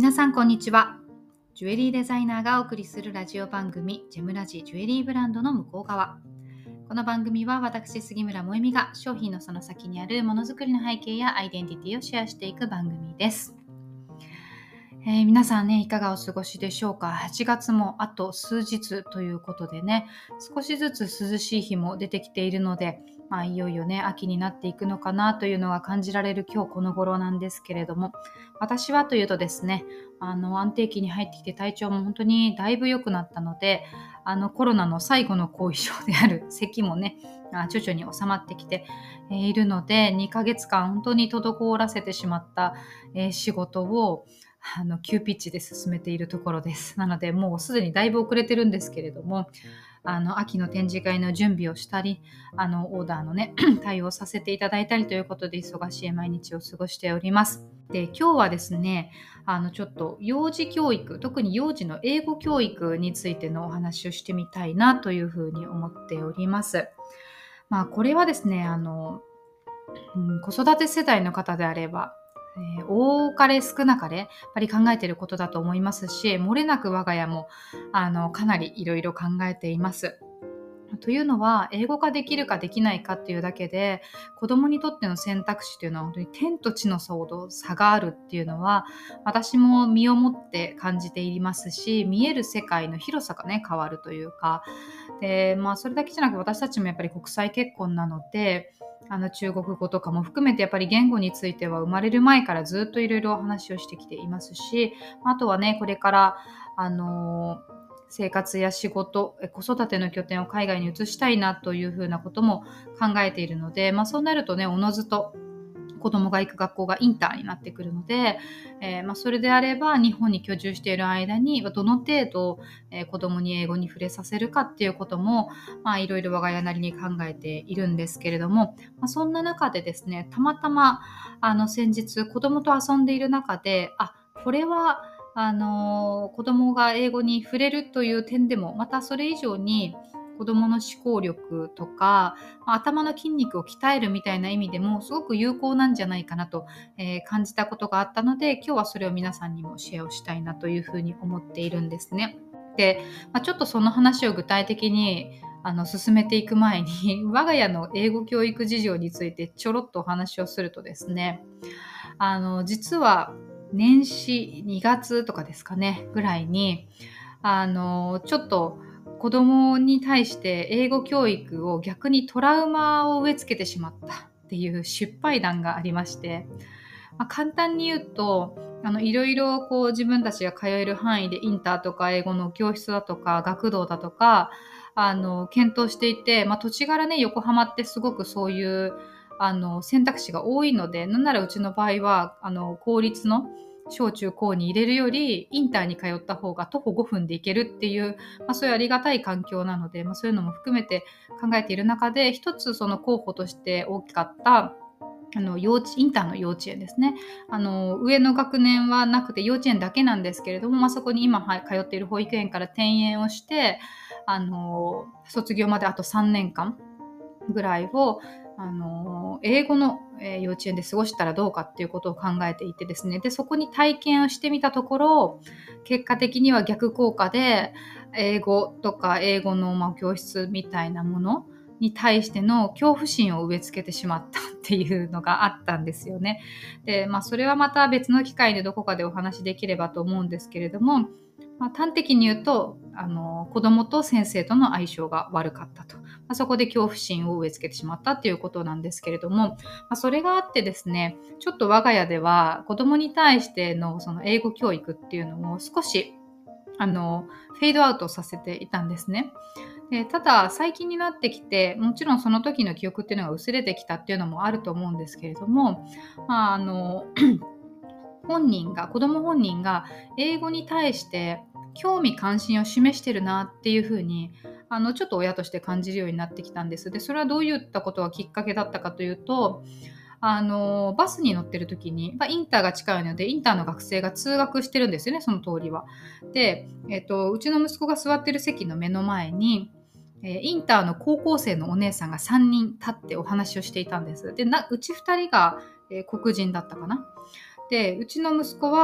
皆さんこんにちは。ジュエリーデザイナーがお送りするラジオ番組ジェムラジジュエリーブランドの向こう側。この番組は私杉村萌実が商品のその先にあるものづくりの背景やアイデンティティをシェアしていく番組です。皆さんね、いかがお過ごしでしょうか。8月もあと数日ということでね、少しずつ涼しい日も出てきているので、いよいよね、秋になっていくのかなというのが感じられる今日この頃なんですけれども、私はというとですね、安定期に入ってきて体調も本当にだいぶ良くなったので、コロナの最後の後遺症である咳もね、徐々に収まってきているので、2ヶ月間本当に滞らせてしまった、仕事を急ピッチで進めているところです。なのでもうすでにだいぶ遅れてるんですけれども、秋の展示会の準備をしたり、オーダーのね対応させていただいたりということで忙しい毎日を過ごしております。で、今日はですね、ちょっと幼児教育、特に幼児の英語教育についてのお話をしてみたいなというふうに思っております。これはですね、子育て世代の方であれば、多かれ少なかれやっぱり考えていることだと思いますし、漏れなく我が家もかなりいろいろ考えています。というのは、英語化できるかできないかっていうだけで、子供にとっての選択肢というのは本当に天と地の差があるっていうのは、私も身をもって感じていますし、見える世界の広さがね、変わるというか、で、それだけじゃなく私たちもやっぱり国際結婚なので、中国語とかも含めてやっぱり言語については生まれる前からずっといろいろお話をしてきていますし、あとはね、これから生活や仕事、子育ての拠点を海外に移したいなというふうなことも考えているので、そうなるとね、おのずと子供が行く学校がインターになってくるので、それであれば日本に居住している間にどの程度、子供に英語に触れさせるかっていうことも、いろいろ我が家なりに考えているんですけれども、そんな中でですね、たまたま先日子供と遊んでいる中で、これは子供が英語に触れるという点でも、またそれ以上に子供の思考力とか、頭の筋肉を鍛えるみたいな意味でもすごく有効なんじゃないかなと、感じたことがあったので、今日はそれを皆さんにもシェアをしたいなというふうに思っているんですね。で、ちょっとその話を具体的に進めていく前に我が家の英語教育事情についてちょろっとお話をするとですね、実は年始2月とかですかねぐらいにちょっと子供に対して英語教育を逆にトラウマを植え付けてしまったっていう失敗談がありまして、簡単に言うといろいろこう自分たちが通える範囲でインターとか英語の教室だとか学童だとか検討していて、土地柄ね横浜ってすごくそういう選択肢が多いので、なんならうちの場合は公立の小中高に入れるよりインターに通った方が徒歩5分で行けるっていう、そういうありがたい環境なので、そういうのも含めて考えている中で、一つその候補として大きかったインターの幼稚園ですね。上の学年はなくて幼稚園だけなんですけれども、そこに今通っている保育園から転園をして、卒業まであと3年間ぐらいを英語の、幼稚園で過ごしたらどうかっていうことを考えていてですね、でそこに体験をしてみたところ、結果的には逆効果で英語とか英語の、教室みたいなものに対しての恐怖心を植え付けてしまったっていうのがあったんですよね。で、それはまた別の機会でどこかでお話しできればと思うんですけれども、端的に言うと子供と先生との相性が悪かったと、そこで恐怖心を植え付けてしまったっていうことなんですけれども、それがあってですね、ちょっと我が家では子供に対してのその英語教育っていうのを少しフェードアウトさせていたんですね。で、ただ最近になってきて、もちろんその時の記憶っていうのが薄れてきたっていうのもあると思うんですけれども、子供本人が英語に対して興味関心を示してるなっていうふうにちょっと親として感じるようになってきたんです。で、それはどういったことがきっかけだったかというと、バスに乗ってる時に、インターが近いのでインターの学生が通学してるんですよね、その通りは。で、うちの息子が座ってる席の目の前にインターの高校生のお姉さんが3人立ってお話をしていたんです。で、うち2人が、黒人だったかな。で、うちの息子は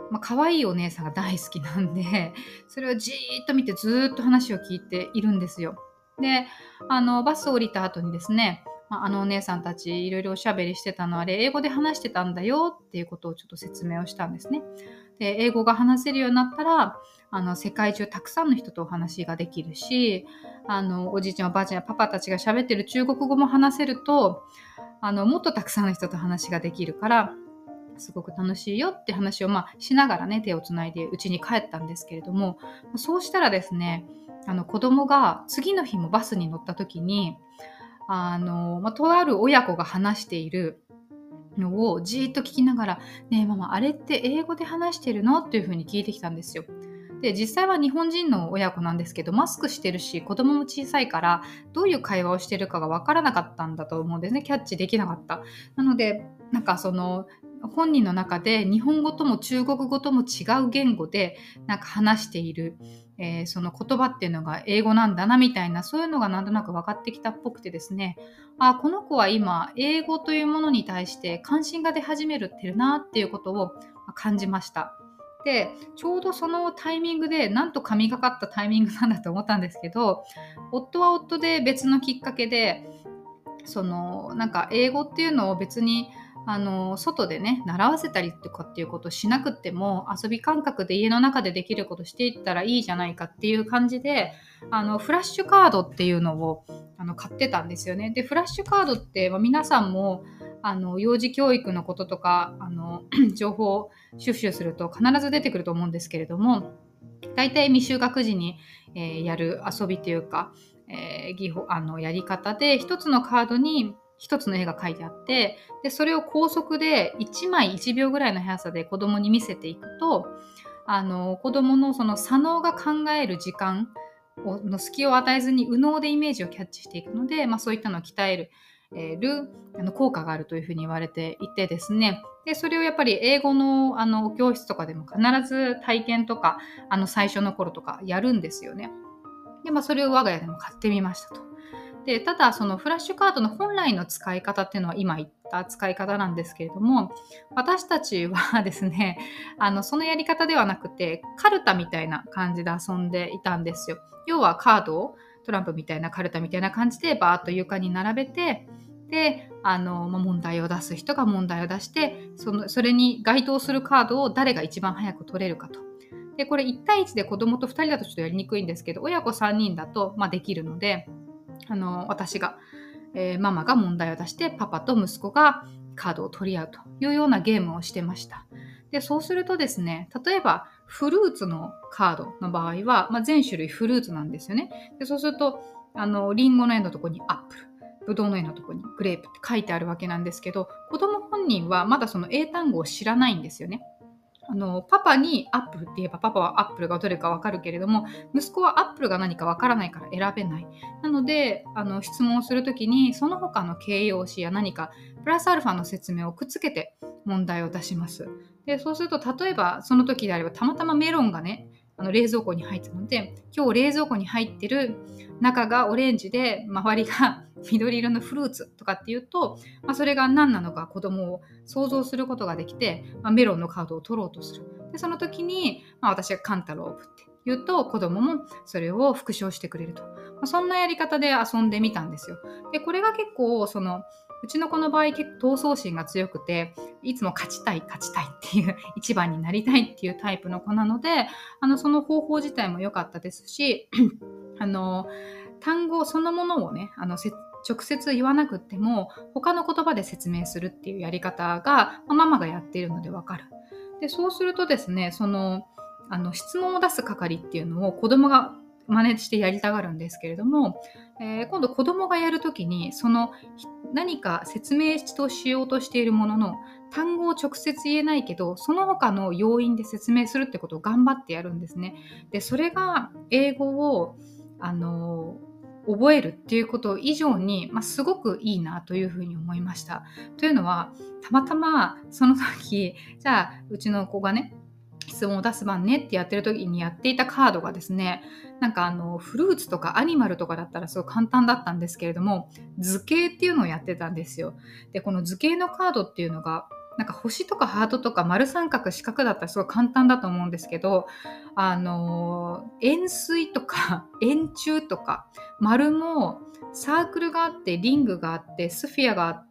可愛いお姉さんが大好きなんで、それをじーっと見てずーっと話を聞いているんですよ。で、バス降りた後にですね、あのお姉さんたちいろいろおしゃべりしてたのあれ、英語で話してたんだよっていうことをちょっと説明をしたんですね。で、英語が話せるようになったら、世界中たくさんの人とお話ができるし、おじいちゃんおばあちゃんやパパたちが喋ってる中国語も話せると、もっとたくさんの人と話ができるから、すごく楽しいよって話をしながらね、手をつないで家に帰ったんですけれども、そうしたらですね、子供が次の日もバスに乗った時に、とある親子が話しているのをじーっと聞きながら、ねえママ、あれって英語で話してるのっていうふうに聞いてきたんですよ。で、実際は日本人の親子なんですけど、マスクしてるし、子供も小さいから、どういう会話をしてるかがわからなかったんだと思うんですね。キャッチできなかった。なので、本人の中で日本語とも中国語とも違う言語で話している、その言葉っていうのが英語なんだなみたいな、そういうのがなんとなく分かってきたっぽくてですね、この子は今英語というものに対して関心が出始めてるなっていうことを感じました。で、ちょうどそのタイミングでなんと神がかったタイミングなんだと思ったんですけど、夫は夫で別のきっかけで、英語っていうのを別に外でね習わせたりとかっていうことをしなくっても、遊び感覚で家の中でできることしていったらいいじゃないかっていう感じで、フラッシュカードっていうのを買ってたんですよね。で、フラッシュカードって、皆さんも幼児教育のこととか情報収集すると必ず出てくると思うんですけれども、大体未就学児に、やる遊びというか、技法やり方で、一つのカードに一つの絵が描いてあって、でそれを高速で1枚1秒ぐらいの速さで子供に見せていくと、子供のその左脳が考える時間の隙を与えずに右脳でイメージをキャッチしていくので、そういったのを鍛える、効果があるというふうに言われていてですね。でそれをやっぱり英語の教室とかでも必ず体験とか最初の頃とかやるんですよね。で、それを我が家でも買ってみましたと。で、ただそのフラッシュカードの本来の使い方っていうのは今言った使い方なんですけれども、私たちはですね、そのやり方ではなくて、カルタみたいな感じで遊んでいたんですよ。要はカードをトランプみたいなカルタみたいな感じでバーッと床に並べて、で、問題を出す人が問題を出して、それに該当するカードを誰が一番早く取れるかと。で、これ1対1で子供と2人だとちょっとやりにくいんですけど、親子3人だとできるので、私が、ママが問題を出してパパと息子がカードを取り合うというようなゲームをしてました。で、そうするとですね、例えばフルーツのカードの場合は、全種類フルーツなんですよね。で、そうするとリンゴの絵のところにアップル、ブドウの絵のところにグレープって書いてあるわけなんですけど、子供本人はまだその英単語を知らないんですよね。パパにアップルって言えばパパはアップルがどれかわかるけれども、息子はアップルが何かわからないから選べない。なので質問をするときにその他の形容詞や何かプラスアルファの説明をくっつけて問題を出します。でそうすると、例えばその時であればたまたまメロンがね冷蔵庫に入ってたので、今日冷蔵庫に入ってる中がオレンジで周りが緑色のフルーツとかっていうと、それが何なのか子供を想像することができて、メロンのカードを取ろうとする。でその時に、私がカンタロープって言うと子供もそれを復唱してくれると、そんなやり方で遊んでみたんですよ。でこれが結構うちの子の場合結構闘争心が強くて、いつも勝ちたいっていう一番になりたいっていうタイプの子なので、その方法自体も良かったですし単語そのものをね直接言わなくっても他の言葉で説明するっていうやり方が、ママがやっているのでわかる。でそうするとですね、質問を出す係っていうのを子供が真似してやりたがるんですけれども、今度子供がやるときに何か説明としようとしているものの単語を直接言えないけど、その他の要因で説明するってことを頑張ってやるんですね。でそれが英語を覚えるっていうこと以上に、すごくいいなというふうに思いました。というのは、たまたまその時、じゃあうちの子がね質問を出す番ねってやってる時にやっていたカードがですね、フルーツとかアニマルとかだったらすごい簡単だったんですけれども、図形っていうのをやってたんですよ。でこの図形のカードっていうのがなんか星とかハートとか丸三角四角だったらすごい簡単だと思うんですけど、円錐とか円柱とか丸もサークルがあってリングがあってスフィアがあって、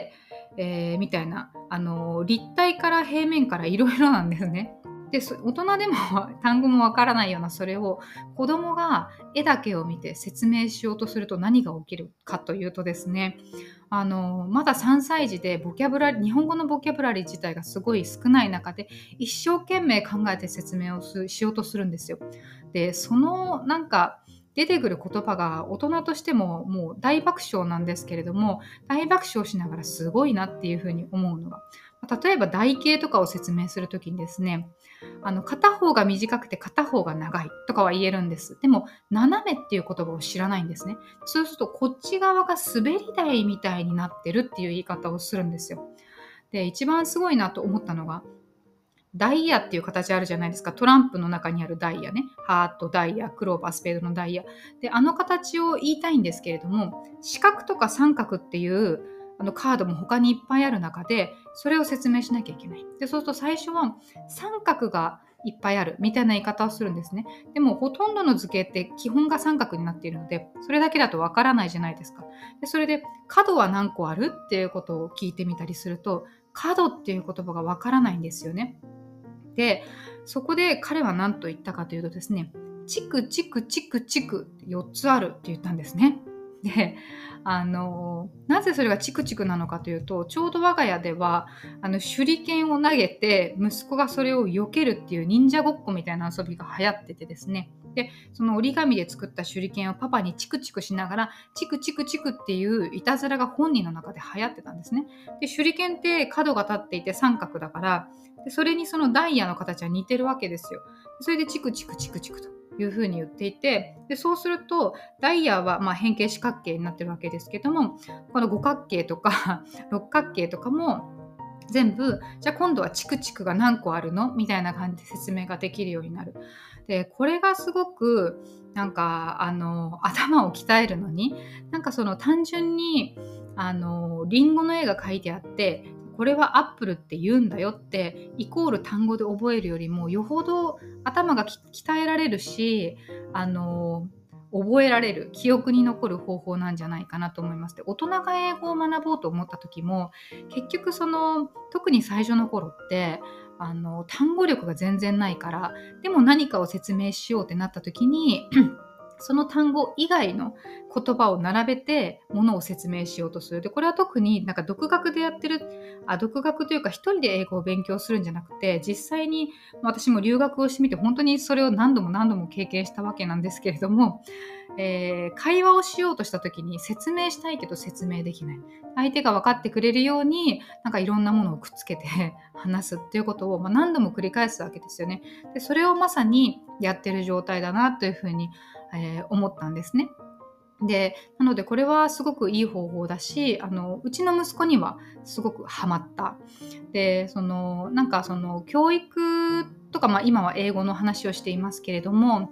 みたいな、立体から平面からいろいろなんですね。で、大人でも単語もわからないようなそれを子供が絵だけを見て説明しようとすると何が起きるかというとですね、まだ3歳児で日本語のボキャブラリー自体がすごい少ない中で一生懸命考えて説明をしようとするんですよ。で、そのなんか出てくる言葉が大人としてももう大爆笑なんですけれども、大爆笑しながらすごいなっていうふうに思うのが、例えば台形とかを説明するときにですね、片方が短くて片方が長いとかは言えるんです。でも斜めっていう言葉を知らないんですね。そうするとこっち側が滑り台みたいになってるっていう言い方をするんですよ。で、一番すごいなと思ったのが、ダイヤっていう形あるじゃないですか。トランプの中にあるダイヤね。ハートダイヤ、クローバー、スペードのダイヤ。で、あの形を言いたいんですけれども、四角とか三角っていうカードも他にいっぱいある中で、それを説明しなきゃいけない。で、そうすると最初は三角がいっぱいあるみたいな言い方をするんですね。でもほとんどの図形って基本が三角になっているので、それだけだとわからないじゃないですか。で、それで角は何個あるっていうことを聞いてみたりすると、角っていう言葉がわからないんですよね。で、そこで彼は何と言ったかというとですね、チクチクチクチクって4つあるって言ったんですね。で、なぜそれがチクチクなのかというと、ちょうど我が家では手裏剣を投げて息子がそれを避けるっていう忍者ごっこみたいな遊びが流行っててですね、でその折り紙で作った手裏剣をパパにチクチクしながらチクチクチクっていういたずらが本人の中で流行ってたんですね。で、手裏剣って角が立っていて三角だから、でそれにそのダイヤの形は似てるわけですよ。それでチクチクチクチクというふうに言っていて、でそうするとダイヤは変形四角形になってるわけですけども、この五角形とか六角形とかも全部、じゃあ今度はチクチクが何個あるのみたいな感じで説明ができるようになる。で、これがすごくなんか頭を鍛えるのに、なんかその単純にリンゴの絵が描いてあって、これはアップルって言うんだよってイコール単語で覚えるよりもよほど頭が鍛えられるし、覚えられる、記憶に残る方法なんじゃないかなと思います。で、大人が英語を学ぼうと思った時も結局特に最初の頃って単語力が全然ないから、でも何かを説明しようってなった時にその単語以外の言葉を並べてものを説明しようとする。で、これは特になんか独学でやってる、独学というか一人で英語を勉強するんじゃなくて、実際に私も留学をしてみて本当にそれを何度も何度も経験したわけなんですけれども、会話をしようとした時に説明したいけど説明できない。相手が分かってくれるようになんかいろんなものをくっつけて話すっていうことを何度も繰り返すわけですよね。で、それをまさにやってる状態だなというふうに思ったんですね。で、なのでこれはすごくいい方法だし、うちの息子にはすごくハマった。で、なんか教育とか、今は英語の話をしていますけれども、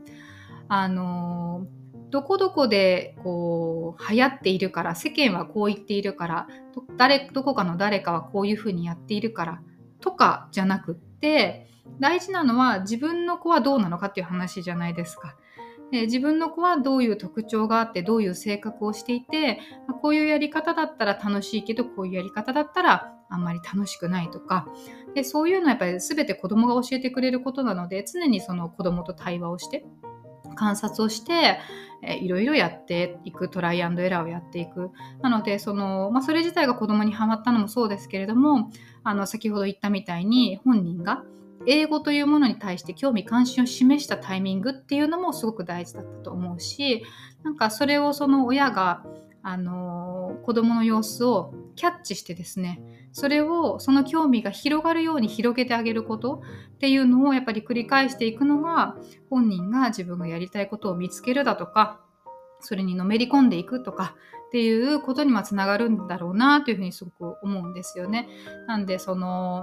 どこどこでこう流行っているから、世間はこう言っているから、どこかの誰かはこういうふうにやっているからとかじゃなくって、大事なのは自分の子はどうなのかっていう話じゃないですか。自分の子はどういう特徴があってどういう性格をしていて、こういうやり方だったら楽しいけどこういうやり方だったらあんまり楽しくないとか、でそういうのはやっぱり全て子供が教えてくれることなので、常にその子供と対話をして観察をして、いろいろやっていく、トライアンドエラーをやっていく。なのでそれ自体が子供にハマったのもそうですけれども、先ほど言ったみたいに本人が英語というものに対して興味関心を示したタイミングっていうのもすごく大事だったと思うし、なんかそれをその親が子供の様子をキャッチしてですね、その興味が広がるように広げてあげることっていうのをやっぱり繰り返していくのが、本人が自分がやりたいことを見つけるだとか、それにのめり込んでいくとかっていうことにつながるんだろうなというふうにすごく思うんですよね。なんで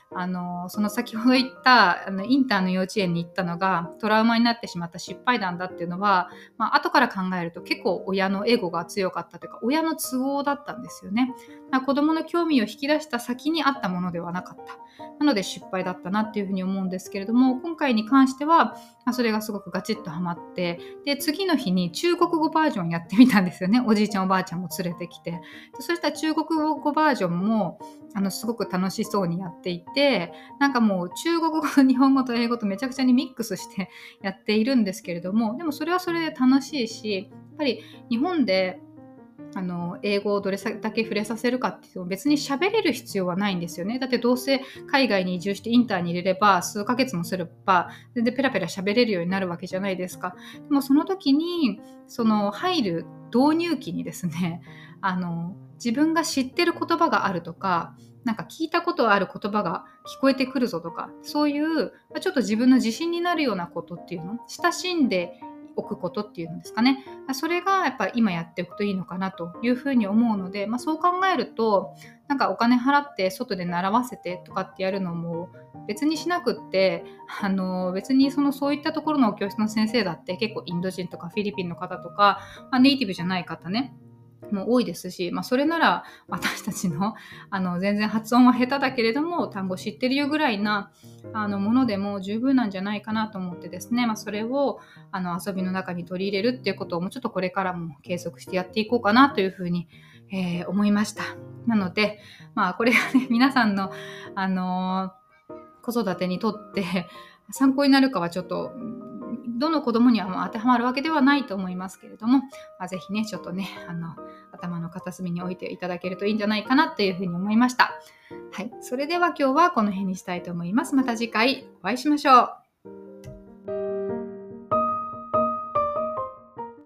その先ほど言ったインターの幼稚園に行ったのがトラウマになってしまった失敗談だっていうのは、後から考えると結構親のエゴが強かったというか、親の都合だったんですよね。子供の興味を引き出した先にあったものではなかった。なので失敗だったなっていうふうに思うんですけれども、今回に関しては、それがすごくガチッとハマって、で次の日に中国語バージョンやってみたんですよね。おじいちゃんおばあちゃんも連れてきて、そしたら中国語バージョンもすごく楽しそうにやっていて、なんかもう中国語、日本語と英語とめちゃくちゃにミックスしてやっているんですけれども、でもそれはそれで楽しいし、やっぱり日本で英語をどれだけ触れさせるかっていうと、別に喋れる必要はないんですよね。だってどうせ海外に移住してインターに入れれば数ヶ月もすれば全然ペラペラ喋れるようになるわけじゃないですか。でもその時に入る導入期にですね、自分が知ってる言葉があるとか、なんか聞いたことある言葉が聞こえてくるぞとか、そういうちょっと自分の自信になるようなことっていうの、親しんでおくことっていうんですかね。それがやっぱり今やっておくといいのかなというふうに思うので、そう考えると、なんかお金払って外で習わせてとかってやるのも別にしなくって、別にそういったところの教室の先生だって結構インド人とかフィリピンの方とか、ネイティブじゃない方ね、もう多いですし、それなら私たちの、全然発音は下手だけれども単語知ってるよぐらいなものでも十分なんじゃないかなと思ってですね、それを遊びの中に取り入れるっていうことをもうちょっとこれからも継続してやっていこうかなというふうに、思いました。なので、これがね、皆さんの、子育てにとって参考になるかはちょっとどの子供には当てはまるわけではないと思いますけれども、ぜひね、ちょっとね、頭の片隅に置いていただけるといいんじゃないかなというふうに思いました。はい、それでは今日はこの辺にしたいと思います。また次回お会いしましょう。